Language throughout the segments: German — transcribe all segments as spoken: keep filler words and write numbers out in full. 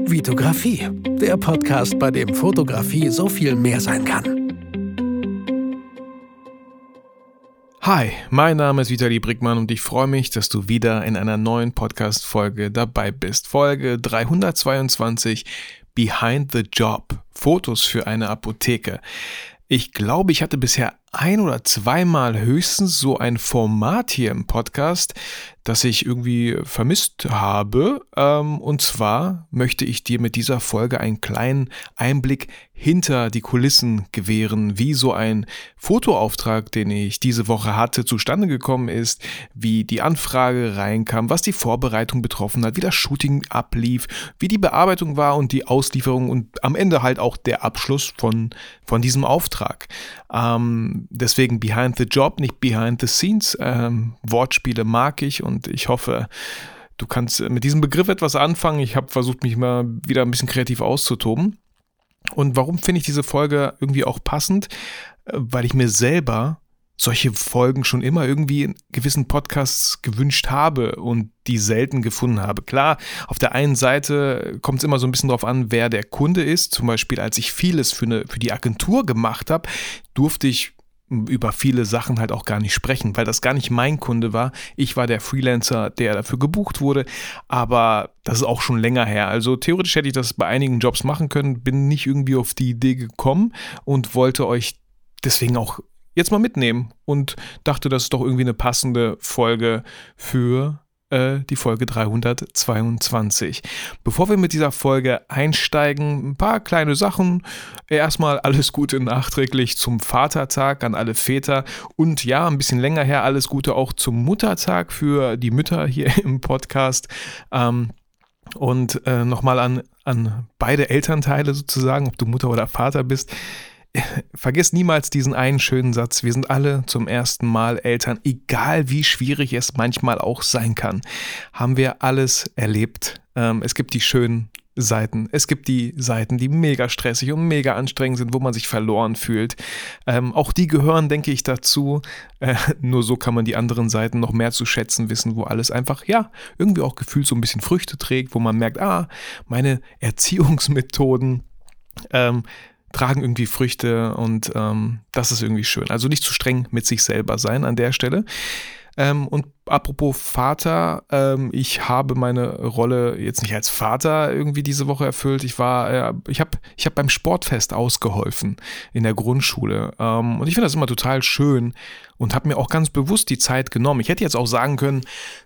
Vitografie, der Podcast, bei dem Fotografie so viel mehr sein kann. Hi, mein Name ist Vitali Brickmann und ich freue mich, dass du wieder in einer neuen Podcast-Folge dabei bist. Folge dreihundertzweiundzwanzig, Behind the Job, Fotos für eine Apotheke. Ich glaube, ich hatte bisher ein- oder zweimal höchstens so ein Format hier im Podcast, das ich irgendwie vermisst habe. Ähm, und zwar möchte ich dir mit dieser Folge einen kleinen Einblick hinter die Kulissen gewähren, wie so ein Fotoauftrag, den ich diese Woche hatte, zustande gekommen ist, wie die Anfrage reinkam, was die Vorbereitung betroffen hat, wie das Shooting ablief, wie die Bearbeitung war und die Auslieferung und am Ende halt auch der Abschluss von, von diesem Auftrag. Ähm, deswegen Behind the Job, nicht Behind the Scenes. Ähm, Wortspiele mag ich und ich hoffe, du kannst mit diesem Begriff etwas anfangen. Ich habe versucht, mich mal wieder ein bisschen kreativ auszutoben. Und warum finde ich diese Folge irgendwie auch passend? Weil ich mir selber solche Folgen schon immer irgendwie in gewissen Podcasts gewünscht habe und die selten gefunden habe. Klar, auf der einen Seite kommt es immer so ein bisschen drauf an, wer der Kunde ist. Zum Beispiel, als ich vieles für, eine, für die Agentur gemacht habe, durfte ich über viele Sachen halt auch gar nicht sprechen, weil das gar nicht mein Kunde war. Ich war der Freelancer, der dafür gebucht wurde, aber das ist auch schon länger her. Also theoretisch hätte ich das bei einigen Jobs machen können, bin nicht irgendwie auf die Idee gekommen und wollte euch deswegen auch jetzt mal mitnehmen und dachte, das ist doch irgendwie eine passende Folge für die Folge dreihundertzweiundzwanzig. Bevor wir mit dieser Folge einsteigen, ein paar kleine Sachen. Erstmal alles Gute nachträglich zum Vatertag an alle Väter und ja, ein bisschen länger her, alles Gute auch zum Muttertag für die Mütter hier im Podcast. Ähm, und äh, nochmal an, an beide Elternteile sozusagen, ob du Mutter oder Vater bist. Vergiss niemals diesen einen schönen Satz, wir sind alle zum ersten Mal Eltern, egal wie schwierig es manchmal auch sein kann, haben wir alles erlebt. Ähm, es gibt die schönen Seiten, es gibt die Seiten, die mega stressig und mega anstrengend sind, wo man sich verloren fühlt. Ähm, auch die gehören, denke ich, dazu. Äh, nur so kann man die anderen Seiten noch mehr zu schätzen wissen, wo alles einfach, ja, irgendwie auch gefühlt so ein bisschen Früchte trägt, wo man merkt, ah, meine Erziehungsmethoden, ähm, tragen irgendwie Früchte und ähm, das ist irgendwie schön. Also nicht zu streng mit sich selber sein an der Stelle. Ähm, und apropos Vater, ähm, ich habe meine Rolle jetzt nicht als Vater irgendwie diese Woche erfüllt. Ich war, äh, ich habe ich hab beim Sportfest ausgeholfen in der Grundschule ähm, und ich finde das immer total schön und habe mir auch ganz bewusst die Zeit genommen. Ich hätte jetzt auch sagen können,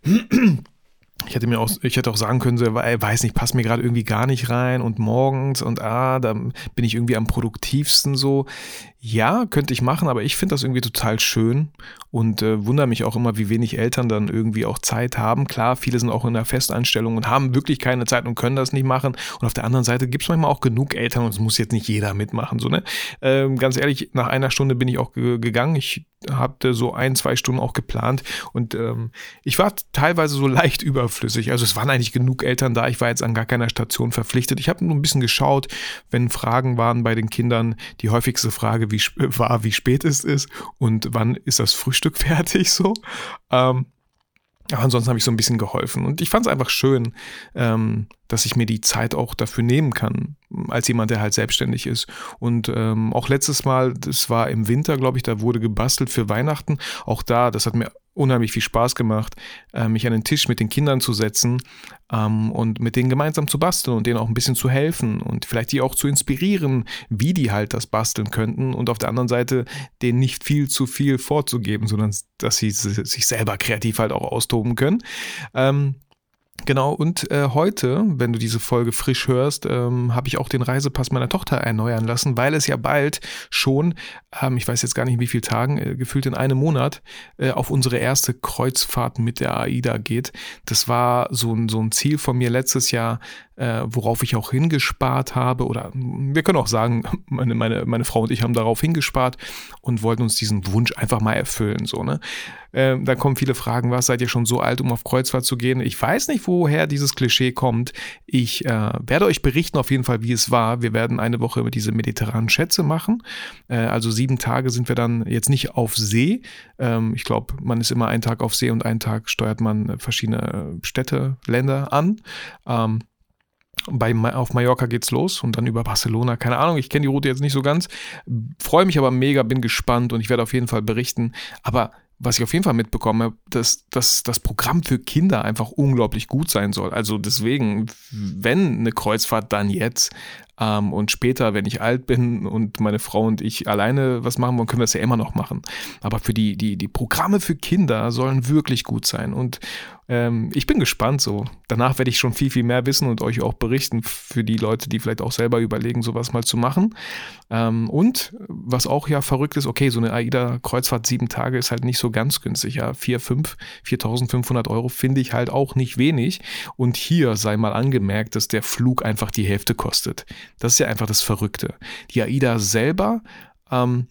Ich hätte mir auch, ich hätte auch sagen können, so, ey, weiß nicht, passt mir gerade irgendwie gar nicht rein und morgens und ah, da bin ich irgendwie am produktivsten so. Ja, könnte ich machen, aber ich finde das irgendwie total schön und äh, wundere mich auch immer, wie wenig Eltern dann irgendwie auch Zeit haben. Klar, viele sind auch in der Festanstellung und haben wirklich keine Zeit und können das nicht machen. Und auf der anderen Seite gibt es manchmal auch genug Eltern und es muss jetzt nicht jeder mitmachen. So, ne? Ähm, ganz ehrlich, nach einer Stunde bin ich auch ge- gegangen. Ich hatte so ein, zwei Stunden auch geplant und ähm, ich war teilweise so leicht überflüssig. Also es waren eigentlich genug Eltern da. Ich war jetzt an gar keiner Station verpflichtet. Ich habe nur ein bisschen geschaut, wenn Fragen waren bei den Kindern. Die häufigste Frage wie, war, wie spät es ist und wann ist das Frühstück fertig so. Ähm, aber ansonsten habe ich so ein bisschen geholfen und ich fand es einfach schön, ähm, dass ich mir die Zeit auch dafür nehmen kann, als jemand, der halt selbstständig ist. Und ähm, auch letztes Mal, das war im Winter, glaube ich, da wurde gebastelt für Weihnachten. Auch da, das hat mir unheimlich viel Spaß gemacht, äh, mich an den Tisch mit den Kindern zu setzen ähm, und mit denen gemeinsam zu basteln und denen auch ein bisschen zu helfen und vielleicht die auch zu inspirieren, wie die halt das basteln könnten und auf der anderen Seite denen nicht viel zu viel vorzugeben, sondern dass sie sich selber kreativ halt auch austoben können. Ähm, Genau, und äh, heute, wenn du diese Folge frisch hörst, ähm, habe ich auch den Reisepass meiner Tochter erneuern lassen, weil es ja bald schon, ähm, ich weiß jetzt gar nicht in wie vielen Tagen, äh, gefühlt in einem Monat, äh, auf unsere erste Kreuzfahrt mit der AIDA geht. Das war so ein, so ein Ziel von mir letztes Jahr, äh, worauf ich auch hingespart habe, oder wir können auch sagen, meine, meine, meine Frau und ich haben darauf hingespart und wollten uns diesen Wunsch einfach mal erfüllen, so, ne? Ähm, da kommen viele Fragen, was, seid ihr schon so alt, um auf Kreuzfahrt zu gehen? Ich weiß nicht, woher dieses Klischee kommt. Ich äh, werde euch berichten auf jeden Fall, wie es war. Wir werden eine Woche mit diese mediterranen Schätze machen. Äh, also sieben Tage sind wir dann jetzt nicht auf See. Ähm, ich glaube, man ist immer einen Tag auf See und einen Tag steuert man verschiedene Städte, Länder an. Ähm, Bei, auf Mallorca geht's los und dann über Barcelona, keine Ahnung, ich kenne die Route jetzt nicht so ganz, freue mich aber mega, bin gespannt und ich werde auf jeden Fall berichten, aber was ich auf jeden Fall mitbekomme, dass, dass das Programm für Kinder einfach unglaublich gut sein soll. Also deswegen, wenn eine Kreuzfahrt, dann jetzt. Ähm, und später, wenn ich alt bin und meine Frau und ich alleine was machen wollen, können wir das ja immer noch machen. Aber für die, die, die Programme für Kinder sollen wirklich gut sein. Und ähm, ich bin gespannt so. Danach werde ich schon viel, viel mehr wissen und euch auch berichten für die Leute, die vielleicht auch selber überlegen, sowas mal zu machen. Ähm, und was auch ja verrückt ist, okay, so eine AIDA-Kreuzfahrt sieben Tage ist halt nicht so ganz günstig. Ja, vier, fünf, viertausendfünfhundert Euro finde ich halt auch nicht wenig. Und hier sei mal angemerkt, dass der Flug einfach die Hälfte kostet. Das ist ja einfach das Verrückte. Die AIDA selber ähm,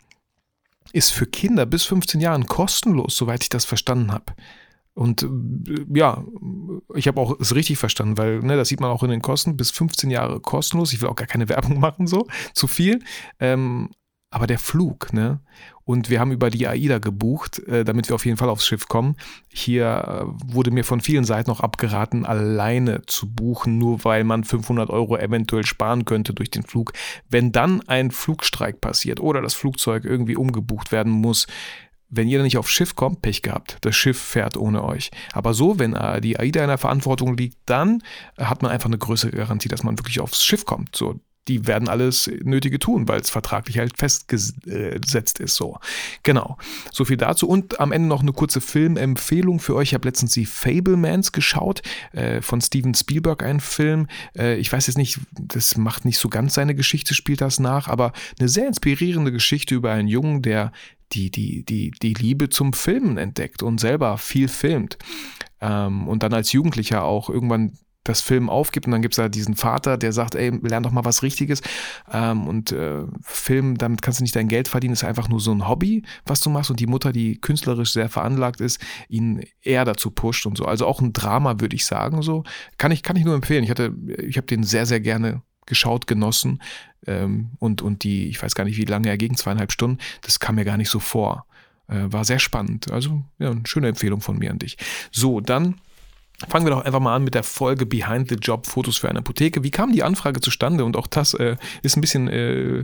ist für Kinder bis fünfzehn Jahren kostenlos, soweit ich das verstanden habe. Und äh, ja, ich habe auch es richtig verstanden, weil ne, das sieht man auch in den Kosten, bis fünfzehn Jahre kostenlos. Ich will auch gar keine Werbung machen, so, zu viel. Ähm, aber der Flug, ne? Und wir haben über die AIDA gebucht, äh, damit wir auf jeden Fall aufs Schiff kommen. Hier äh, wurde mir von vielen Seiten auch abgeraten, alleine zu buchen, nur weil man fünfhundert Euro eventuell sparen könnte durch den Flug. Wenn dann ein Flugstreik passiert oder das Flugzeug irgendwie umgebucht werden muss, wenn ihr nicht aufs Schiff kommt, Pech gehabt. Das Schiff fährt ohne euch. Aber so, wenn die AIDA in der Verantwortung liegt, dann hat man einfach eine größere Garantie, dass man wirklich aufs Schiff kommt. So. Die werden alles Nötige tun, weil es vertraglich halt festgesetzt ist. So, genau. So viel dazu. Und am Ende noch eine kurze Filmempfehlung für euch. Ich habe letztens die Fabelmans geschaut, äh, von Steven Spielberg, ein Film. Äh, ich weiß jetzt nicht, das macht nicht so ganz seine Geschichte, spielt das nach, aber eine sehr inspirierende Geschichte über einen Jungen, der die, die, die, die Liebe zum Filmen entdeckt und selber viel filmt. Ähm, und dann als Jugendlicher auch irgendwann das Film aufgibt und dann gibt es da diesen Vater, der sagt, ey, lern doch mal was Richtiges ähm, und äh, Film, damit kannst du nicht dein Geld verdienen, ist einfach nur so ein Hobby, was du machst und die Mutter, die künstlerisch sehr veranlagt ist, ihn eher dazu pusht und so. Also auch ein Drama, würde ich sagen, so. Kann ich, kann ich nur empfehlen. Ich hatte, ich habe den sehr, sehr gerne geschaut, genossen ähm, und, und die, ich weiß gar nicht, wie lange er ging, zweieinhalb Stunden, das kam mir gar nicht so vor. Äh, war sehr spannend. Also, ja, eine schöne Empfehlung von mir an dich. So, dann fangen wir doch einfach mal an mit der Folge Behind the Job, Fotos für eine Apotheke. Wie kam die Anfrage zustande? Und auch das äh, ist ein bisschen, äh,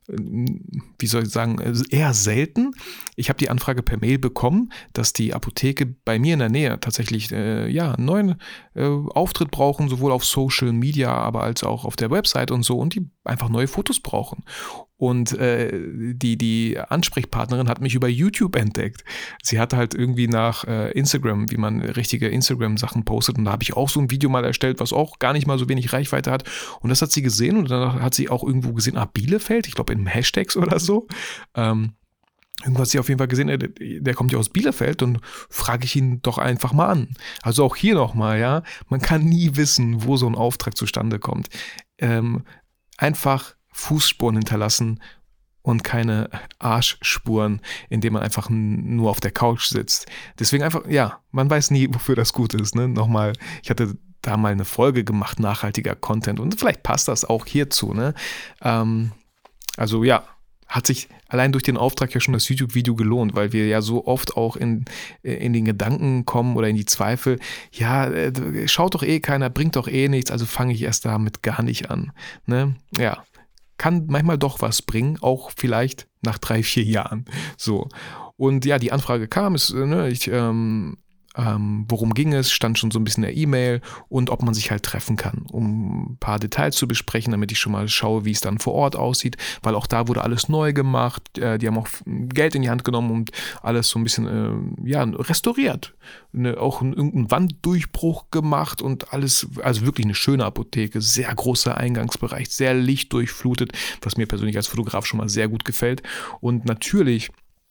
wie soll ich sagen, eher selten. Ich habe die Anfrage per Mail bekommen, dass die Apotheke bei mir in der Nähe tatsächlich äh, ja, einen neuen äh, Auftritt brauchen, sowohl auf Social Media, aber als auch auf der Website und so, und die einfach neue Fotos brauchen. Und äh, die, die Ansprechpartnerin hat mich über YouTube entdeckt. Sie hatte halt irgendwie nach äh, Instagram, wie man richtige Instagram-Sachen postet. Und da habe ich auch so ein Video mal erstellt, was auch gar nicht mal so wenig Reichweite hat. Und das hat sie gesehen und dann hat sie auch irgendwo gesehen, ah, Bielefeld, ich glaube in Hashtags oder so. Ähm, Irgendwas hat sie auf jeden Fall gesehen, der, der kommt ja aus Bielefeld und frage ich ihn doch einfach mal an. Also auch hier nochmal, ja, man kann nie wissen, wo so ein Auftrag zustande kommt. Ähm, einfach Fußspuren hinterlassen und keine Arschspuren, indem man einfach nur auf der Couch sitzt. Deswegen einfach, ja, man weiß nie, wofür das gut ist. Ne? Nochmal, ich hatte da mal eine Folge gemacht, nachhaltiger Content, und vielleicht passt das auch hierzu. Ne? Ähm, also ja, hat sich allein durch den Auftrag ja schon das YouTube-Video gelohnt, weil wir ja so oft auch in, in den Gedanken kommen oder in die Zweifel, ja, schaut doch eh keiner, bringt doch eh nichts, also fange ich erst damit gar nicht an. Ne? Ja, kann manchmal doch was bringen, auch vielleicht nach drei, vier Jahren. So. Und ja, die Anfrage kam, ist, ne, ich, ähm, ähm, worum ging es, stand schon so ein bisschen in der E-Mail und ob man sich halt treffen kann, um ein paar Details zu besprechen, damit ich schon mal schaue, wie es dann vor Ort aussieht, weil auch da wurde alles neu gemacht, äh, die haben auch Geld in die Hand genommen und alles so ein bisschen, äh, ja, restauriert, ne, auch irgendeinen Wanddurchbruch gemacht und alles, also wirklich eine schöne Apotheke, sehr großer Eingangsbereich, sehr lichtdurchflutet, was mir persönlich als Fotograf schon mal sehr gut gefällt. Und natürlich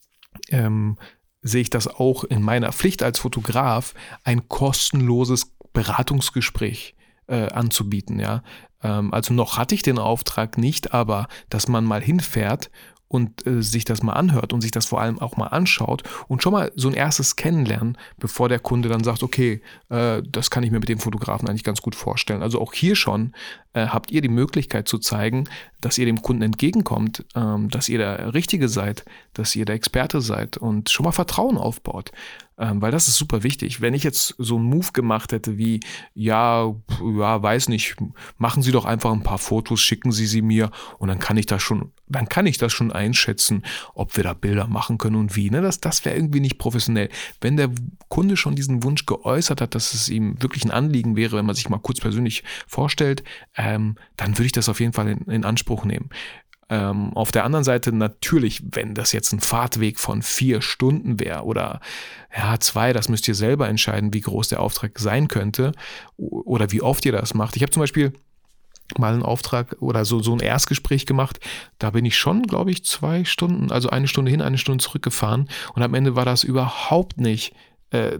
ähm, sehe ich das auch in meiner Pflicht als Fotograf, ein kostenloses Beratungsgespräch äh, anzubieten. Ja? Ähm, also noch hatte ich den Auftrag nicht, aber dass man mal hinfährt und äh, sich das mal anhört und sich das vor allem auch mal anschaut und schon mal so ein erstes Kennenlernen, bevor der Kunde dann sagt, okay, äh, das kann ich mir mit dem Fotografen eigentlich ganz gut vorstellen. Also auch hier schon äh, habt ihr die Möglichkeit zu zeigen, dass ihr dem Kunden entgegenkommt, ähm, dass ihr der Richtige seid, dass ihr der Experte seid und schon mal Vertrauen aufbaut. Ähm, weil das ist super wichtig. Wenn ich jetzt so einen Move gemacht hätte wie, ja, ja, weiß nicht, machen Sie doch einfach ein paar Fotos, schicken Sie sie mir und dann kann ich das schon, dann kann ich das schon einschätzen, ob wir da Bilder machen können und wie. Ne? Das, das wäre irgendwie nicht professionell. Wenn der Kunde schon diesen Wunsch geäußert hat, dass es ihm wirklich ein Anliegen wäre, wenn man sich mal kurz persönlich vorstellt, ähm, dann würde ich das auf jeden Fall in, in Anspruch nehmen. Ähm, auf der anderen Seite natürlich, wenn das jetzt ein Fahrtweg von vier Stunden wäre oder ja, zwei, das müsst ihr selber entscheiden, wie groß der Auftrag sein könnte oder wie oft ihr das macht. Ich habe zum Beispiel mal einen Auftrag oder so, so ein Erstgespräch gemacht, da bin ich schon, glaube ich, zwei Stunden, also eine Stunde hin, eine Stunde zurückgefahren und am Ende war das überhaupt nicht äh,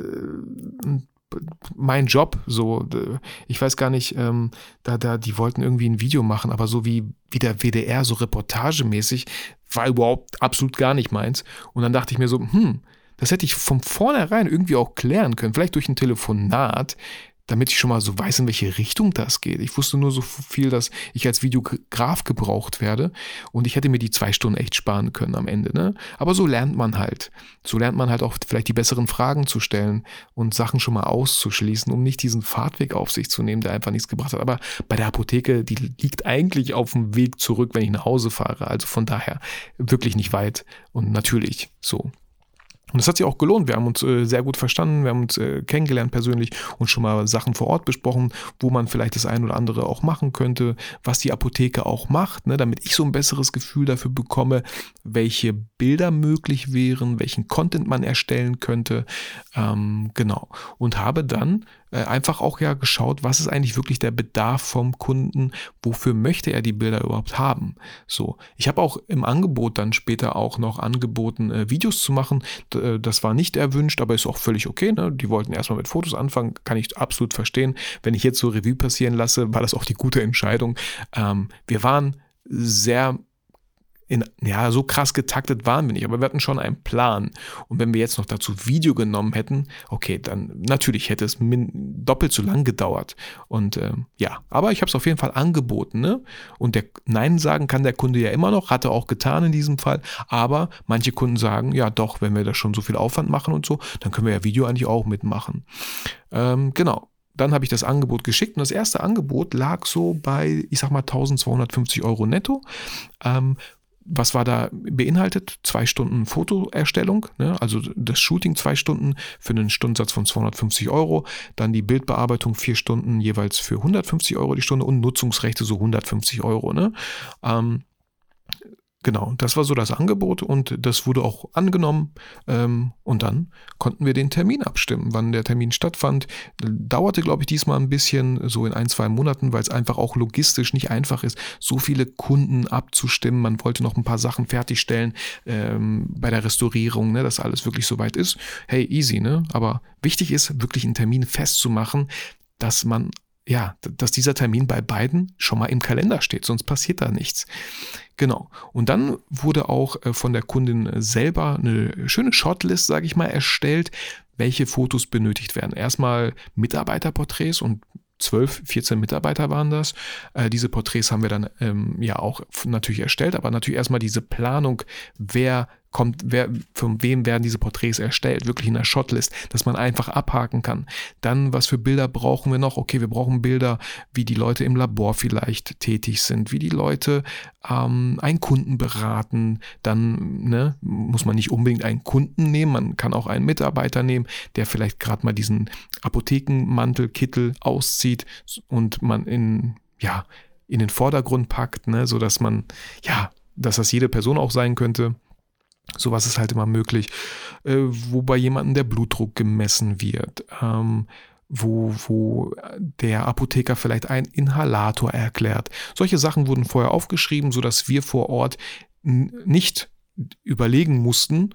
mein Job, so, ich weiß gar nicht, ähm, da, da, die wollten irgendwie ein Video machen, aber so wie, wie der W D R, so reportagemäßig, war überhaupt absolut gar nicht meins. Und dann dachte ich mir so, hm, das hätte ich von vornherein irgendwie auch klären können, vielleicht durch ein Telefonat, damit ich schon mal so weiß, in welche Richtung das geht. Ich wusste nur so viel, dass ich als Videograf gebraucht werde und ich hätte mir die zwei Stunden echt sparen können am Ende. Ne? Aber so lernt man halt. So lernt man halt auch vielleicht die besseren Fragen zu stellen und Sachen schon mal auszuschließen, um nicht diesen Fahrtweg auf sich zu nehmen, der einfach nichts gebracht hat. Aber bei der Apotheke, die liegt eigentlich auf dem Weg zurück, wenn ich nach Hause fahre. Also von daher wirklich nicht weit und natürlich so. Und das hat sich auch gelohnt. Wir haben uns äh, sehr gut verstanden, wir haben uns äh, kennengelernt persönlich und schon mal Sachen vor Ort besprochen, wo man vielleicht das ein oder andere auch machen könnte, was die Apotheke auch macht, ne, damit ich so ein besseres Gefühl dafür bekomme, welche Bilder möglich wären, welchen Content man erstellen könnte. Ähm, genau. Und habe dann äh, einfach auch ja geschaut, was ist eigentlich wirklich der Bedarf vom Kunden, wofür möchte er die Bilder überhaupt haben. So. Ich habe auch im Angebot dann später auch noch angeboten, äh, Videos zu machen. Das war nicht erwünscht, aber ist auch völlig okay. Ne? Die wollten erstmal mit Fotos anfangen, kann ich absolut verstehen. Wenn ich jetzt so Revue passieren lasse, war das auch die gute Entscheidung. Ähm, wir waren sehr, in, ja, so krass getaktet waren wir nicht, aber wir hatten schon einen Plan. Und wenn wir jetzt noch dazu Video genommen hätten, okay, dann natürlich hätte es min- doppelt so lang gedauert. Und ähm, ja, aber ich habe es auf jeden Fall angeboten. Ne? Und der Nein sagen kann der Kunde ja immer noch, hat er auch getan in diesem Fall. Aber manche Kunden sagen, ja doch, wenn wir da schon so viel Aufwand machen und so, dann können wir ja Video eigentlich auch mitmachen. Ähm, genau. Dann habe ich das Angebot geschickt und das erste Angebot lag so bei, ich sag mal, eintausendzweihundertfünfzig Euro netto. Ähm, Was war da beinhaltet? Zwei Stunden Fotoerstellung, ne? Also das Shooting zwei Stunden für einen Stundensatz von zweihundertfünfzig Euro, dann die Bildbearbeitung vier Stunden jeweils für hundertfünfzig Euro die Stunde und Nutzungsrechte so hundertfünfzig Euro. Ne? Ähm, Genau, das war so das Angebot und das wurde auch angenommen ähm, und dann konnten wir den Termin abstimmen, wann der Termin stattfand. Dauerte, glaube ich, diesmal ein bisschen, so in ein, zwei Monaten, weil es einfach auch logistisch nicht einfach ist, so viele Kunden abzustimmen. Man wollte noch ein paar Sachen fertigstellen ähm, bei der Restaurierung, ne, dass alles wirklich soweit ist. Hey, easy, ne? Aber wichtig ist, wirklich einen Termin festzumachen, dass man ja, dass dieser Termin bei beiden schon mal im Kalender steht, sonst passiert da nichts. Genau. Und dann wurde auch von der Kundin selber eine schöne Shortlist, sage ich mal, erstellt, welche Fotos benötigt werden. Erstmal Mitarbeiterporträts und zwölf, vierzehn Mitarbeiter waren das. Äh, diese Porträts haben wir dann ähm, ja auch natürlich erstellt, aber natürlich erstmal diese Planung, wer kommt, wer, von wem werden diese Porträts erstellt, wirklich in der Shotlist, dass man einfach abhaken kann. Dann, was für Bilder brauchen wir noch? Okay, wir brauchen Bilder, wie die Leute im Labor vielleicht tätig sind, wie die Leute ähm, einen Kunden beraten. Dann ne, muss man nicht unbedingt einen Kunden nehmen, man kann auch einen Mitarbeiter nehmen, der vielleicht gerade mal diesen Apothekenmantel, Kittel auszieht und man in, ja, in den Vordergrund packt, ne, sodass man, ja, dass das jede Person auch sein könnte. Sowas ist halt immer möglich, äh, wo bei jemandem der Blutdruck gemessen wird, ähm, wo, wo der Apotheker vielleicht einen Inhalator erklärt. Solche Sachen wurden vorher aufgeschrieben, sodass wir vor Ort n- nicht überlegen mussten,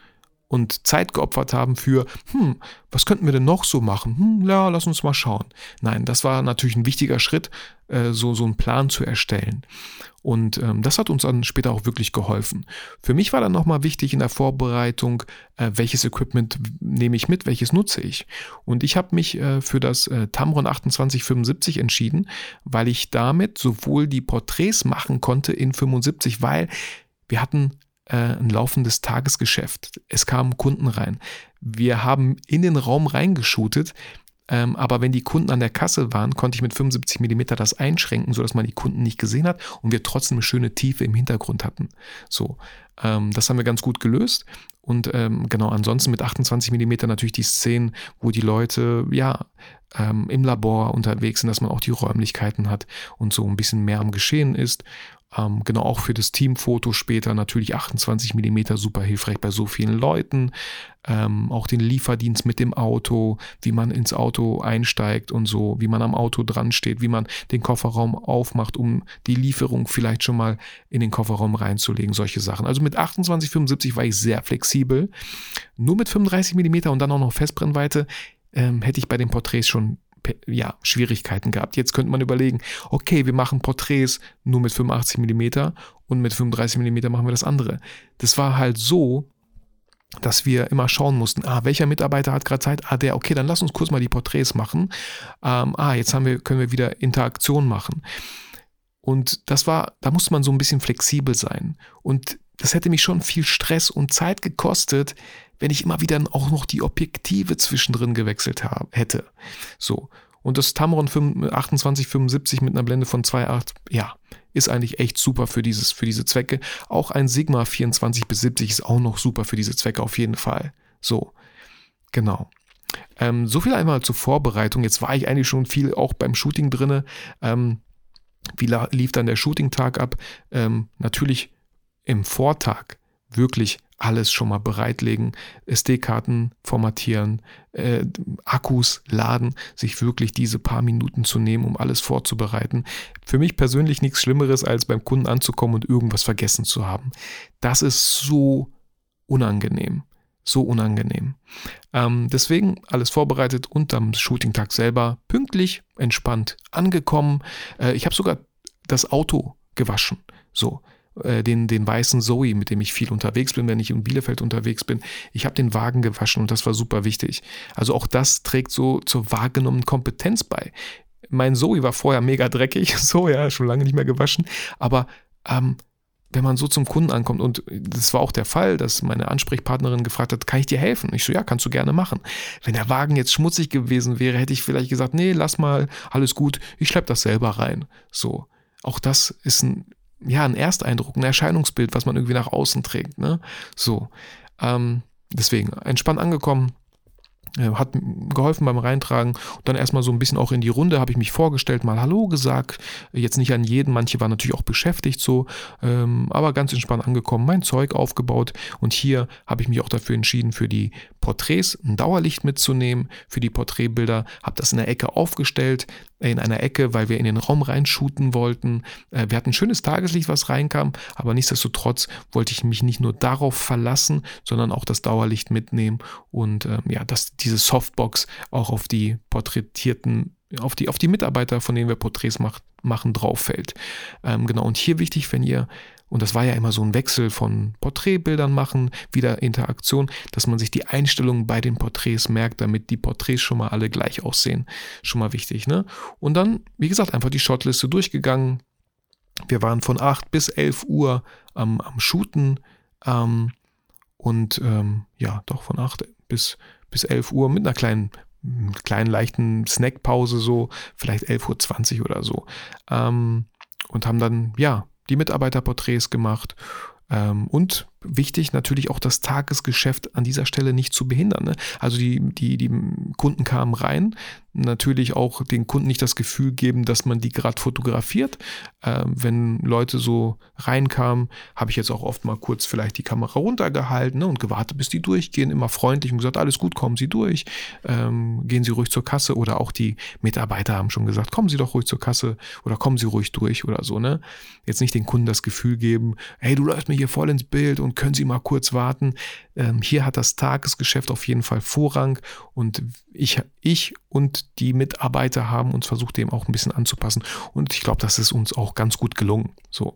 und Zeit geopfert haben für, hm, was könnten wir denn noch so machen? Hm, ja, lass uns mal schauen. Nein, das war natürlich ein wichtiger Schritt, äh, so, so einen Plan zu erstellen. Und ähm, das hat uns dann später auch wirklich geholfen. Für mich war dann nochmal wichtig in der Vorbereitung, äh, welches Equipment nehme ich mit, welches nutze ich. Und ich habe mich äh, für das äh, Tamron achtundzwanzig fünfundsiebzig entschieden, weil ich damit sowohl die Porträts machen konnte in fünfundsiebzig, weil wir hatten ein laufendes Tagesgeschäft. Es kamen Kunden rein. Wir haben in den Raum reingeshootet, ähm, aber wenn die Kunden an der Kasse waren, konnte ich mit fünfundsiebzig Millimeter das einschränken, sodass man die Kunden nicht gesehen hat und wir trotzdem eine schöne Tiefe im Hintergrund hatten. So, ähm, das haben wir ganz gut gelöst. Und ähm, genau, ansonsten mit achtundzwanzig Millimeter natürlich die Szenen, wo die Leute, ja, ähm, im Labor unterwegs sind, dass man auch die Räumlichkeiten hat und so ein bisschen mehr am Geschehen ist. Ähm, genau, auch für das Teamfoto später natürlich achtundzwanzig Millimeter super hilfreich bei so vielen Leuten. Ähm, auch den Lieferdienst mit dem Auto, wie man ins Auto einsteigt und so, wie man am Auto dran steht, wie man den Kofferraum aufmacht, um die Lieferung vielleicht schon mal in den Kofferraum reinzulegen, solche Sachen. Also mit achtundzwanzig fünfundsiebzig war ich sehr flexibel. Nur mit fünfunddreißig Millimeter und dann auch noch Festbrennweite ähm, hätte ich bei den Porträts schon ja, Schwierigkeiten gehabt. Jetzt könnte man überlegen, okay, wir machen Porträts nur mit fünfundachtzig Millimeter und mit fünfunddreißig Millimeter machen wir das andere. Das war halt so, dass wir immer schauen mussten, ah, welcher Mitarbeiter hat gerade Zeit? Ah, der, okay, dann lass uns kurz mal die Porträts machen. Ähm, ah, jetzt haben wir, können wir wieder Interaktion machen. Und das war, da musste man so ein bisschen flexibel sein. Und das hätte mich schon viel Stress und Zeit gekostet, wenn ich immer wieder auch noch die Objektive zwischendrin gewechselt habe, hätte. So. Und das Tamron achtundzwanzig fünfundsiebzig mit einer Blende von zwei Komma acht, ja, ist eigentlich echt super für dieses, für diese Zwecke. Auch ein Sigma vierundzwanzig bis siebzig ist auch noch super für diese Zwecke auf jeden Fall. So. Genau. Ähm, so viel einmal zur Vorbereitung. Jetzt war ich eigentlich schon viel auch beim Shooting drinne. Ähm, wie la- lief dann der Shooting-Tag ab? Ähm, natürlich im Vortag wirklich alles schon mal bereitlegen, S D-Karten formatieren, äh, Akkus laden, sich wirklich diese paar Minuten zu nehmen, um alles vorzubereiten. Für mich persönlich nichts Schlimmeres, als beim Kunden anzukommen und irgendwas vergessen zu haben. Das ist so unangenehm, so unangenehm. Ähm, deswegen alles vorbereitet und am Shooting-Tag selber pünktlich, entspannt angekommen. Äh, ich habe sogar das Auto gewaschen, so. Den, den weißen Zoe, mit dem ich viel unterwegs bin, wenn ich in Bielefeld unterwegs bin. Ich habe den Wagen gewaschen und das war super wichtig. Also auch das trägt so zur wahrgenommenen Kompetenz bei. Mein Zoe war vorher mega dreckig, so ja, schon lange nicht mehr gewaschen, aber ähm, wenn man so zum Kunden ankommt und das war auch der Fall, dass meine Ansprechpartnerin gefragt hat, kann ich dir helfen? Ich so, ja, kannst du gerne machen. Wenn der Wagen jetzt schmutzig gewesen wäre, hätte ich vielleicht gesagt, nee, lass mal, alles gut, ich schlepp das selber rein. So, auch das ist ein ja, ein Ersteindruck, ein Erscheinungsbild, was man irgendwie nach außen trägt, ne? So, ähm, deswegen entspannt angekommen, äh, hat geholfen beim Reintragen und dann erstmal so ein bisschen auch in die Runde, habe ich mich vorgestellt, mal Hallo gesagt, jetzt nicht an jeden, manche waren natürlich auch beschäftigt so, ähm, aber ganz entspannt angekommen, mein Zeug aufgebaut und hier habe ich mich auch dafür entschieden, für die Porträts ein Dauerlicht mitzunehmen, für die Porträtbilder, habe das in der Ecke aufgestellt, in einer Ecke, weil wir in den Raum reinshooten wollten. Wir hatten ein schönes Tageslicht, was reinkam, aber nichtsdestotrotz wollte ich mich nicht nur darauf verlassen, sondern auch das Dauerlicht mitnehmen und ähm, ja, dass diese Softbox auch auf die porträtierten, auf die, auf die Mitarbeiter, von denen wir Porträts macht, machen, drauf fällt. Ähm, genau, und hier wichtig, wenn ihr, und das war ja immer so ein Wechsel von Porträtbildern machen, wieder Interaktion, dass man sich die Einstellungen bei den Porträts merkt, damit die Porträts schon mal alle gleich aussehen. Schon mal wichtig, ne? Und dann, wie gesagt, einfach die Shotliste durchgegangen. Wir waren von acht bis elf Uhr am, am Shooten ähm, und ähm, ja, doch von acht bis, bis elf Uhr mit einer kleinen kleinen leichten Snackpause so, vielleicht elf Uhr zwanzig oder so. Ähm, und haben dann, ja, die Mitarbeiterporträts gemacht. Ähm, und wichtig natürlich auch das Tagesgeschäft an dieser Stelle nicht zu behindern. Ne? Also die, die, die Kunden kamen rein, natürlich auch den Kunden nicht das Gefühl geben, dass man die gerade fotografiert. Ähm, wenn Leute so reinkamen, habe ich jetzt auch oft mal kurz vielleicht die Kamera runtergehalten, ne, und gewartet, bis die durchgehen, immer freundlich und gesagt, alles gut, kommen Sie durch, ähm, gehen Sie ruhig zur Kasse, oder auch die Mitarbeiter haben schon gesagt, kommen Sie doch ruhig zur Kasse oder kommen Sie ruhig durch oder so. Ne? Jetzt nicht den Kunden das Gefühl geben, hey, du läufst mir hier voll ins Bild und und können Sie mal kurz warten. Ähm, hier hat das Tagesgeschäft auf jeden Fall Vorrang und ich, ich und die Mitarbeiter haben uns versucht, dem auch ein bisschen anzupassen und ich glaube, das ist uns auch ganz gut gelungen. So,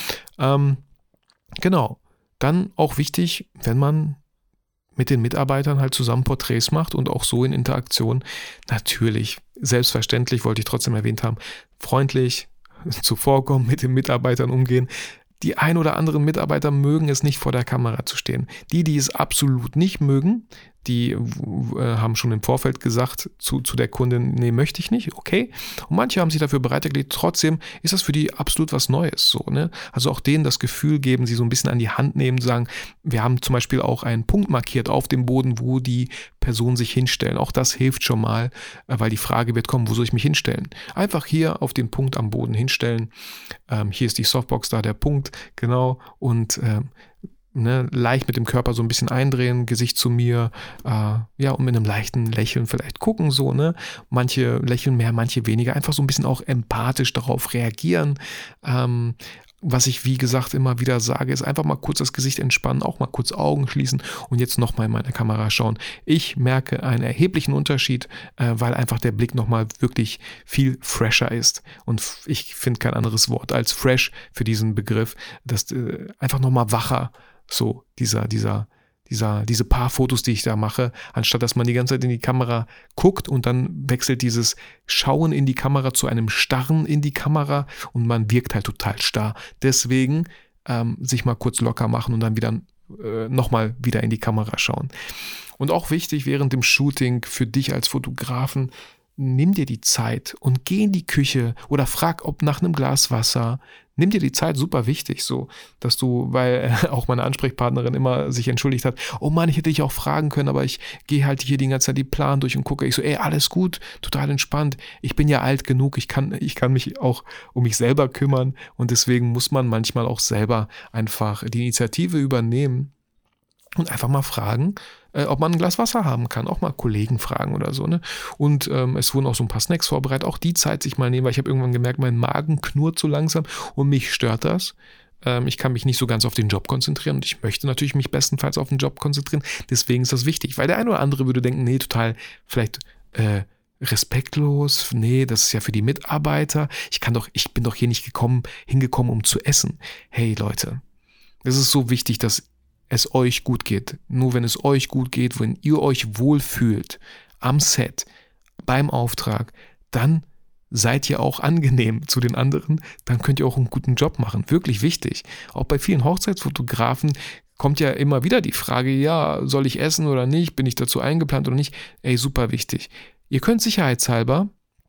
ähm, genau. Dann auch wichtig, wenn man mit den Mitarbeitern halt zusammen Porträts macht und auch so in Interaktion. Natürlich, selbstverständlich, wollte ich trotzdem erwähnt haben, freundlich zuvorkommen, mit den Mitarbeitern umgehen. Die ein oder anderen Mitarbeiter mögen es nicht, vor der Kamera zu stehen. Die, die es absolut nicht mögen, die äh, haben schon im Vorfeld gesagt zu, zu der Kundin, nee, möchte ich nicht, okay. Und manche haben sich dafür bereit erklärt, trotzdem ist das für die absolut was Neues. So, ne? Also auch denen das Gefühl geben, sie so ein bisschen an die Hand nehmen, sagen, wir haben zum Beispiel auch einen Punkt markiert auf dem Boden, wo die Personen sich hinstellen. Auch das hilft schon mal, weil die Frage wird kommen, wo soll ich mich hinstellen? Einfach hier auf den Punkt am Boden hinstellen. Ähm, hier ist die Softbox, da der Punkt, genau. Und ähm, Ne, leicht mit dem Körper so ein bisschen eindrehen, Gesicht zu mir, äh, ja, und mit einem leichten Lächeln vielleicht gucken, so, ne? Manche lächeln mehr, manche weniger, einfach so ein bisschen auch empathisch darauf reagieren. Ähm, was ich, wie gesagt, immer wieder sage, ist einfach mal kurz das Gesicht entspannen, auch mal kurz Augen schließen und jetzt nochmal in meine Kamera schauen. Ich merke einen erheblichen Unterschied, äh, weil einfach der Blick nochmal wirklich viel fresher ist. Und ich finde kein anderes Wort als fresh für diesen Begriff, das äh, einfach nochmal wacher. So, dieser, dieser, dieser, diese paar Fotos, die ich da mache, anstatt dass man die ganze Zeit in die Kamera guckt und dann wechselt dieses Schauen in die Kamera zu einem Starren in die Kamera und man wirkt halt total starr. Deswegen ähm, sich mal kurz locker machen und dann wieder äh, nochmal wieder in die Kamera schauen. Und auch wichtig während dem Shooting für dich als Fotografen, nimm dir die Zeit und geh in die Küche oder frag, ob nach einem Glas Wasser. Nimm dir die Zeit, super wichtig, so, dass du, weil äh, auch meine Ansprechpartnerin immer sich entschuldigt hat, oh Mann, ich hätte dich auch fragen können, aber ich gehe halt hier die ganze Zeit die Plan durch und gucke. Ich so, ey, alles gut, total entspannt. Ich bin ja alt genug, ich kann, ich kann mich auch um mich selber kümmern und deswegen muss man manchmal auch selber einfach die Initiative übernehmen und einfach mal fragen, äh, ob man ein Glas Wasser haben kann. Auch mal Kollegen fragen oder so. Ne? Und ähm, es wurden auch so ein paar Snacks vorbereitet. Auch die Zeit sich mal nehmen, weil ich habe irgendwann gemerkt, mein Magen knurrt so langsam und mich stört das. Ähm, ich kann mich nicht so ganz auf den Job konzentrieren und ich möchte natürlich mich bestenfalls auf den Job konzentrieren. Deswegen ist das wichtig, weil der eine oder andere würde denken, nee, total vielleicht äh, respektlos. Nee, das ist ja für die Mitarbeiter. Ich kann doch, ich bin doch hier nicht gekommen, hingekommen, um zu essen. Hey Leute, das ist so wichtig, dass es euch gut geht. Nur wenn es euch gut geht, wenn ihr euch wohlfühlt am Set, beim Auftrag, dann seid ihr auch angenehm zu den anderen, dann könnt ihr auch einen guten Job machen. Wirklich wichtig. Auch bei vielen Hochzeitsfotografen kommt ja immer wieder die Frage, ja, soll ich essen oder nicht? Bin ich dazu eingeplant oder nicht? Ey, super wichtig. Ihr könnt sicherheitshalber,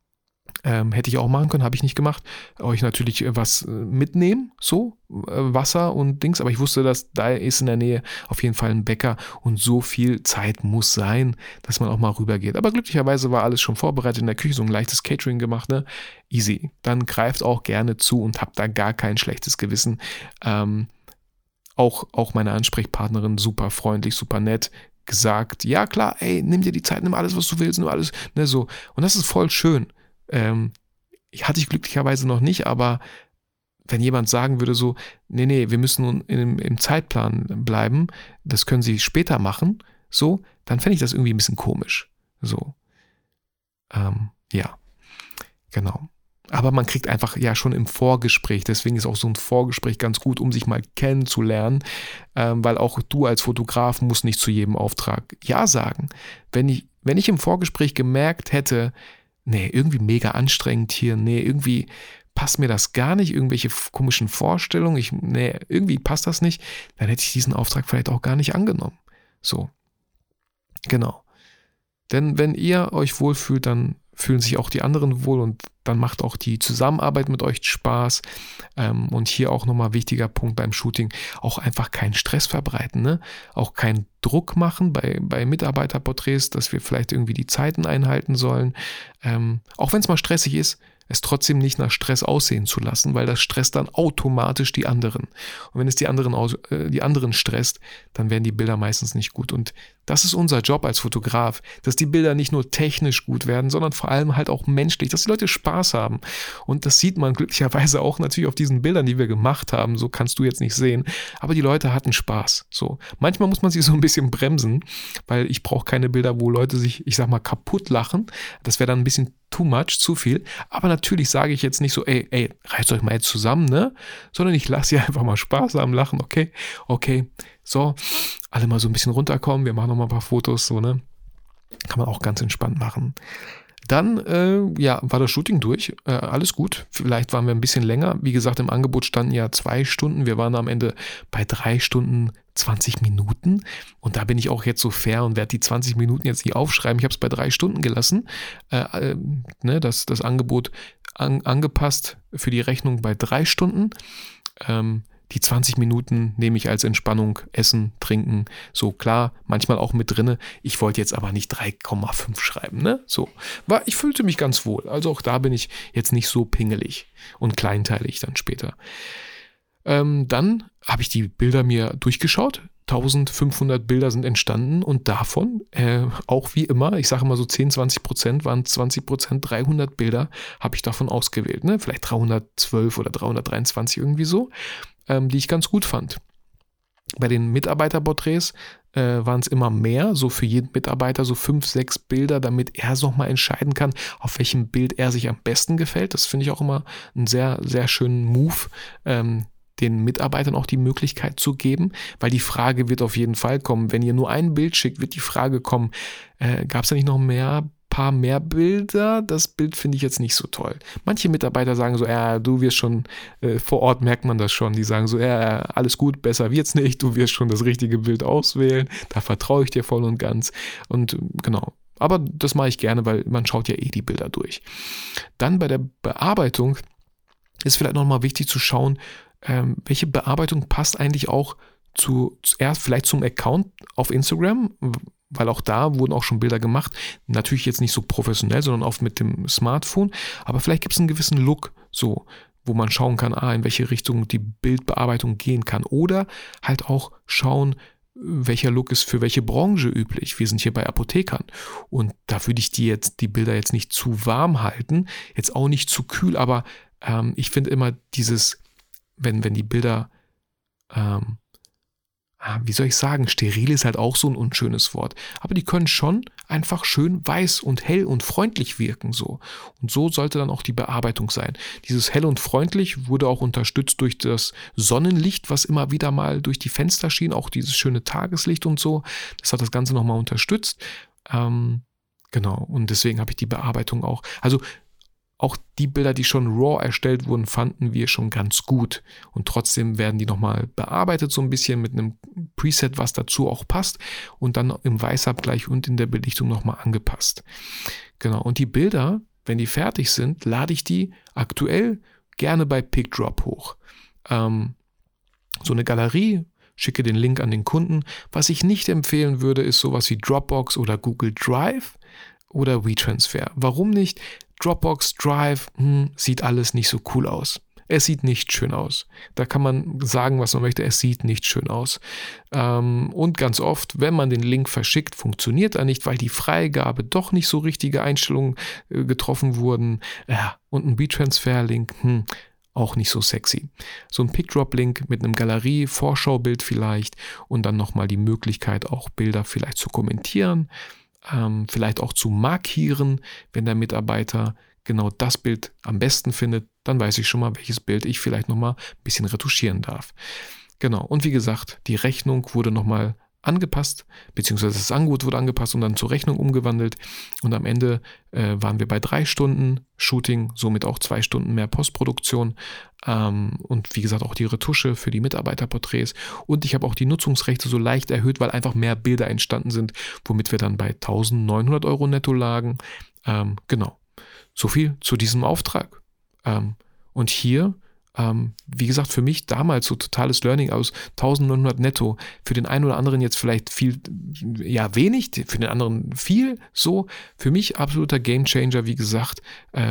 Ähm, hätte ich auch machen können, habe ich nicht gemacht, euch natürlich was mitnehmen, so, äh, Wasser und Dings, aber ich wusste, dass da ist in der Nähe auf jeden Fall ein Bäcker und so viel Zeit muss sein, dass man auch mal rübergeht. Aber glücklicherweise war alles schon vorbereitet in der Küche, so ein leichtes Catering gemacht, ne? Easy. Dann greift auch gerne zu und habt da gar kein schlechtes Gewissen. Ähm, auch, auch meine Ansprechpartnerin super freundlich, super nett, gesagt, ja klar, ey, nimm dir die Zeit, nimm alles, was du willst, nimm alles, ne, so. Und das ist voll schön. Ähm, hatte ich glücklicherweise noch nicht, aber wenn jemand sagen würde so, nee, nee, wir müssen nun im, im Zeitplan bleiben, das können Sie später machen, so, dann fände ich das irgendwie ein bisschen komisch. So, ähm, ja, genau. Aber man kriegt einfach ja schon im Vorgespräch, deswegen ist auch so ein Vorgespräch ganz gut, um sich mal kennenzulernen, ähm, weil auch du als Fotograf musst nicht zu jedem Auftrag Ja sagen. Wenn ich, wenn ich im Vorgespräch gemerkt hätte, nee, irgendwie mega anstrengend hier, nee, irgendwie passt mir das gar nicht, irgendwelche komischen Vorstellungen, ich, nee, irgendwie passt das nicht, dann hätte ich diesen Auftrag vielleicht auch gar nicht angenommen. So, genau. Denn wenn ihr euch wohlfühlt, dann fühlen sich auch die anderen wohl und dann macht auch die Zusammenarbeit mit euch Spaß. Ähm, und hier auch nochmal wichtiger Punkt beim Shooting, auch einfach keinen Stress verbreiten, ne? Auch keinen Druck machen bei, bei Mitarbeiterporträts, dass wir vielleicht irgendwie die Zeiten einhalten sollen. Ähm, auch wenn es mal stressig ist, es trotzdem nicht nach Stress aussehen zu lassen, weil das stresst dann automatisch die anderen. Und wenn es die anderen, aus, äh, die anderen stresst, dann werden die Bilder meistens nicht gut. Und das ist unser Job als Fotograf, dass die Bilder nicht nur technisch gut werden, sondern vor allem halt auch menschlich, dass die Leute Spaß haben. Und das sieht man glücklicherweise auch natürlich auf diesen Bildern, die wir gemacht haben. So kannst du jetzt nicht sehen. Aber die Leute hatten Spaß. So. Manchmal muss man sich so ein bisschen bremsen, weil ich brauche keine Bilder, wo Leute sich, ich sag mal, kaputt lachen. Das wäre dann ein bisschen too much, zu viel. Aber natürlich sage ich jetzt nicht so, ey, ey, reißt euch mal jetzt zusammen, ne? Sondern ich lasse ihr einfach mal Spaß am Lachen, okay? Okay, so, alle mal so ein bisschen runterkommen, wir machen noch mal ein paar Fotos, so, ne? Kann man auch ganz entspannt machen. Dann, äh, ja, war das Shooting durch, äh, alles gut. Vielleicht waren wir ein bisschen länger. Wie gesagt, im Angebot standen ja zwei Stunden. Wir waren am Ende bei drei Stunden zwanzig Minuten. Und da bin ich auch jetzt so fair und werde die zwanzig Minuten jetzt nicht aufschreiben. Ich habe es bei drei Stunden gelassen. Äh, äh, ne, das, das Angebot an, angepasst für die Rechnung bei drei Stunden. Ähm, Die zwanzig Minuten nehme ich als Entspannung, Essen, Trinken, so klar, manchmal auch mit drinne. Ich wollte jetzt aber nicht drei Komma fünf schreiben, ne? So, war, ich fühlte mich ganz wohl. Also auch da bin ich jetzt nicht so pingelig und kleinteilig dann später. Ähm, dann habe ich die Bilder mir durchgeschaut. eintausendfünfhundert Bilder sind entstanden und davon, äh, auch wie immer, ich sage immer so zehn, zwanzig Prozent, waren zwanzig Prozent, dreihundert Bilder habe ich davon ausgewählt, ne? Vielleicht dreihundertzwölf oder dreihundertdreiundzwanzig irgendwie so, ähm, die ich ganz gut fand. Bei den Mitarbeiterporträts äh, waren es immer mehr, so für jeden Mitarbeiter so fünf, sechs Bilder, damit er so mal entscheiden kann, auf welchem Bild er sich am besten gefällt. Das finde ich auch immer einen sehr, sehr schönen Move, ähm, den Mitarbeitern auch die Möglichkeit zu geben, weil die Frage wird auf jeden Fall kommen, wenn ihr nur ein Bild schickt, wird die Frage kommen, äh, gab es da nicht noch mehr, paar mehr Bilder? Das Bild finde ich jetzt nicht so toll. Manche Mitarbeiter sagen so, ja, du wirst schon, äh, vor Ort merkt man das schon, die sagen so, ja, alles gut, besser wird's nicht, du wirst schon das richtige Bild auswählen, da vertraue ich dir voll und ganz und genau. Aber das mache ich gerne, weil man schaut ja eh die Bilder durch. Dann bei der Bearbeitung ist vielleicht nochmal wichtig zu schauen, ähm, welche Bearbeitung passt eigentlich auch zu, zuerst vielleicht zum Account auf Instagram, weil auch da wurden auch schon Bilder gemacht. Natürlich jetzt nicht so professionell, sondern auch mit dem Smartphone. Aber vielleicht gibt es einen gewissen Look, so, wo man schauen kann, ah, in welche Richtung die Bildbearbeitung gehen kann. Oder halt auch schauen, welcher Look ist für welche Branche üblich. Wir sind hier bei Apothekern und da würde ich die jetzt die Bilder jetzt nicht zu warm halten, jetzt auch nicht zu kühl, aber ähm, ich finde immer dieses, wenn, wenn die Bilder ähm, wie soll ich sagen, steril ist halt auch so ein unschönes Wort. Aber die können schon einfach schön weiß und hell und freundlich wirken so. Und so sollte dann auch die Bearbeitung sein. Dieses hell und freundlich wurde auch unterstützt durch das Sonnenlicht, was immer wieder mal durch die Fenster schien, auch dieses schöne Tageslicht und so. Das hat das Ganze nochmal unterstützt. Ähm, genau, und deswegen habe ich die Bearbeitung auch. Also auch die Bilder, die schon raw erstellt wurden, fanden wir schon ganz gut. Und trotzdem werden die nochmal bearbeitet so ein bisschen mit einem Preset, was dazu auch passt. Und dann im Weißabgleich und in der Belichtung nochmal angepasst. Genau. Und die Bilder, wenn die fertig sind, lade ich die aktuell gerne bei PicDrop hoch. Ähm, so eine Galerie, schicke den Link an den Kunden. Was ich nicht empfehlen würde, ist sowas wie Dropbox oder Google Drive oder WeTransfer. Warum nicht? Dropbox, Drive, hm, sieht alles nicht so cool aus. Es sieht nicht schön aus. Da kann man sagen, was man möchte, es sieht nicht schön aus. Ähm, und ganz oft, wenn man den Link verschickt, funktioniert er nicht, weil die Freigabe doch nicht so richtige Einstellungen äh, getroffen wurden. Ja, und ein WeTransfer-Link, hm, auch nicht so sexy. So ein PicDrop-Link mit einem Galerie-Vorschaubild vielleicht und dann nochmal die Möglichkeit, auch Bilder vielleicht zu kommentieren. Ähm, vielleicht auch zu markieren, wenn der Mitarbeiter genau das Bild am besten findet, dann weiß ich schon mal, welches Bild ich vielleicht nochmal ein bisschen retuschieren darf. Genau, und wie gesagt, die Rechnung wurde nochmal angepasst, beziehungsweise das Angebot wurde angepasst und dann zur Rechnung umgewandelt und am Ende äh, waren wir bei drei Stunden Shooting, somit auch zwei Stunden mehr Postproduktion ähm, und wie gesagt auch die Retusche für die Mitarbeiterporträts und ich habe auch die Nutzungsrechte so leicht erhöht, weil einfach mehr Bilder entstanden sind, womit wir dann bei eintausendneunhundert Euro netto lagen. Ähm, genau, so viel zu diesem Auftrag. Ähm, und hier Ähm, wie gesagt, für mich damals so totales Learning aus eintausendneunhundert netto. Für den einen oder anderen jetzt vielleicht viel, ja wenig, für den anderen viel. So, für mich absoluter Gamechanger, wie gesagt, äh,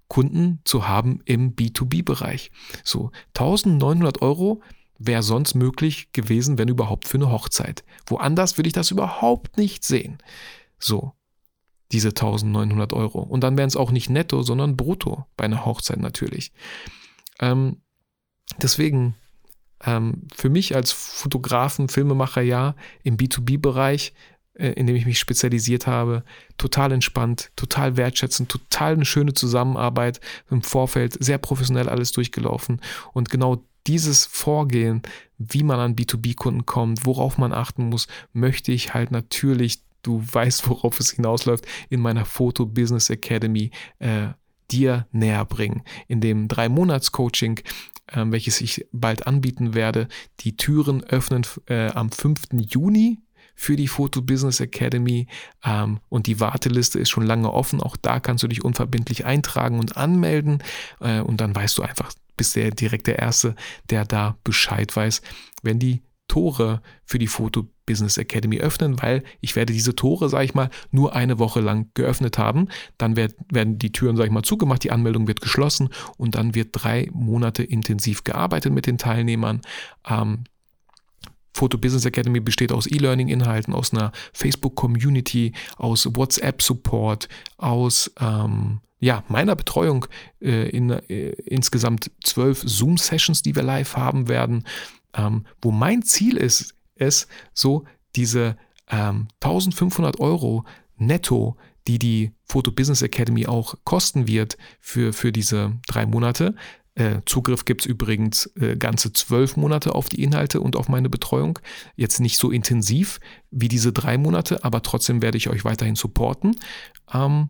Kunden zu haben im B zwei B-Bereich. So, eintausendneunhundert Euro wäre sonst möglich gewesen, wenn überhaupt für eine Hochzeit. Woanders würde ich das überhaupt nicht sehen. So, diese eintausendneunhundert Euro. Und dann wären es auch nicht netto, sondern brutto bei einer Hochzeit natürlich. Ähm, deswegen, ähm, für mich als Fotografen, Filmemacher, ja, im B zwei B-Bereich, äh, in dem ich mich spezialisiert habe, total entspannt, total wertschätzend, total eine schöne Zusammenarbeit im Vorfeld, sehr professionell alles durchgelaufen. Und genau dieses Vorgehen, wie man an B zwei B-Kunden kommt, worauf man achten muss, möchte ich halt natürlich, du weißt, worauf es hinausläuft, in meiner Photo Business Academy äh, dir näher bringen. In dem drei Monats Coaching, äh, welches ich bald anbieten werde. Die Türen öffnen äh, am fünften Juni für die Photo Business Academy ähm, und die Warteliste ist schon lange offen. Auch da kannst du dich unverbindlich eintragen und anmelden äh, und dann weißt du einfach, bist du direkt der Erste, der da Bescheid weiß, wenn die Tore für die Photo Business Academy öffnen, weil ich werde diese Tore, sage ich mal, nur eine Woche lang geöffnet haben. Dann werd, werden die Türen, sage ich mal, zugemacht, die Anmeldung wird geschlossen und dann wird drei Monate intensiv gearbeitet mit den Teilnehmern. Ähm, Photo Business Academy besteht aus E-Learning-Inhalten, aus einer Facebook-Community, aus WhatsApp-Support, aus ähm, ja, meiner Betreuung äh, in äh, insgesamt zwölf Zoom-Sessions, die wir live haben werden, ähm, wo mein Ziel ist, es so diese ähm, eintausendfünfhundert Euro netto, die die Photo Business Academy auch kosten wird für, für diese drei Monate. Äh, Zugriff gibt es übrigens äh, ganze zwölf Monate auf die Inhalte und auf meine Betreuung. Jetzt nicht so intensiv wie diese drei Monate, aber trotzdem werde ich euch weiterhin supporten. Ähm,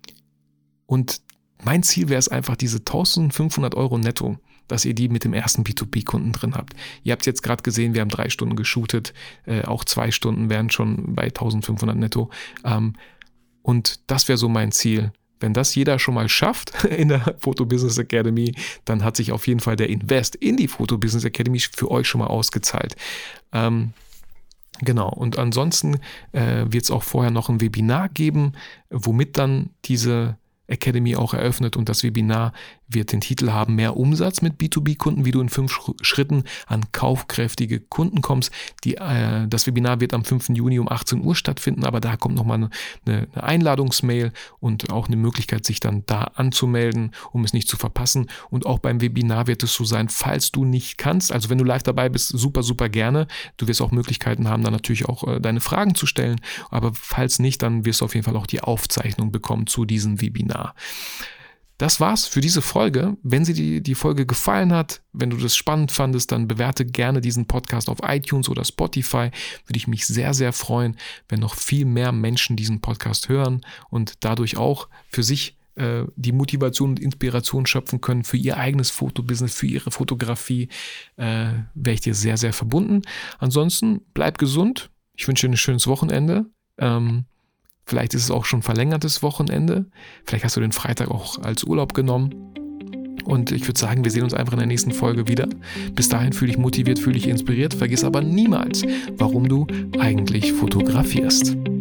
und mein Ziel wäre es einfach, diese eintausendfünfhundert Euro netto, dass ihr die mit dem ersten B zwei B-Kunden drin habt. Ihr habt jetzt gerade gesehen, wir haben drei Stunden geshootet, äh, auch zwei Stunden wären schon bei eintausendfünfhundert netto. Ähm, und das wäre so mein Ziel. Wenn das jeder schon mal schafft in der Photo Business Academy, dann hat sich auf jeden Fall der Invest in die Photo Business Academy für euch schon mal ausgezahlt. Ähm, genau, und ansonsten äh, wird es auch vorher noch ein Webinar geben, womit dann diese Academy auch eröffnet und das Webinar wird den Titel haben, mehr Umsatz mit B zwei B-Kunden, wie du in fünf Schritten an kaufkräftige Kunden kommst. Die, äh, das Webinar wird am fünften Juni um achtzehn Uhr stattfinden, aber da kommt nochmal eine, eine Einladungsmail und auch eine Möglichkeit, sich dann da anzumelden, um es nicht zu verpassen. Und auch beim Webinar wird es so sein, falls du nicht kannst, also wenn du live dabei bist, super, super gerne. Du wirst auch Möglichkeiten haben, dann natürlich auch äh, deine Fragen zu stellen, aber falls nicht, dann wirst du auf jeden Fall auch die Aufzeichnung bekommen zu diesem Webinar. Das war's für diese Folge. Wenn dir die, die Folge gefallen hat, wenn du das spannend fandest, dann bewerte gerne diesen Podcast auf iTunes oder Spotify. Würde ich mich sehr, sehr freuen, wenn noch viel mehr Menschen diesen Podcast hören und dadurch auch für sich äh, die Motivation und Inspiration schöpfen können für ihr eigenes Fotobusiness, für ihre Fotografie. Äh, wäre ich dir sehr, sehr verbunden. Ansonsten bleib gesund. Ich wünsche dir ein schönes Wochenende. Ähm, Vielleicht ist es auch schon verlängertes Wochenende. Vielleicht hast du den Freitag auch als Urlaub genommen. Und ich würde sagen, wir sehen uns einfach in der nächsten Folge wieder. Bis dahin fühle dich motiviert, fühle dich inspiriert. Vergiss aber niemals, warum du eigentlich fotografierst.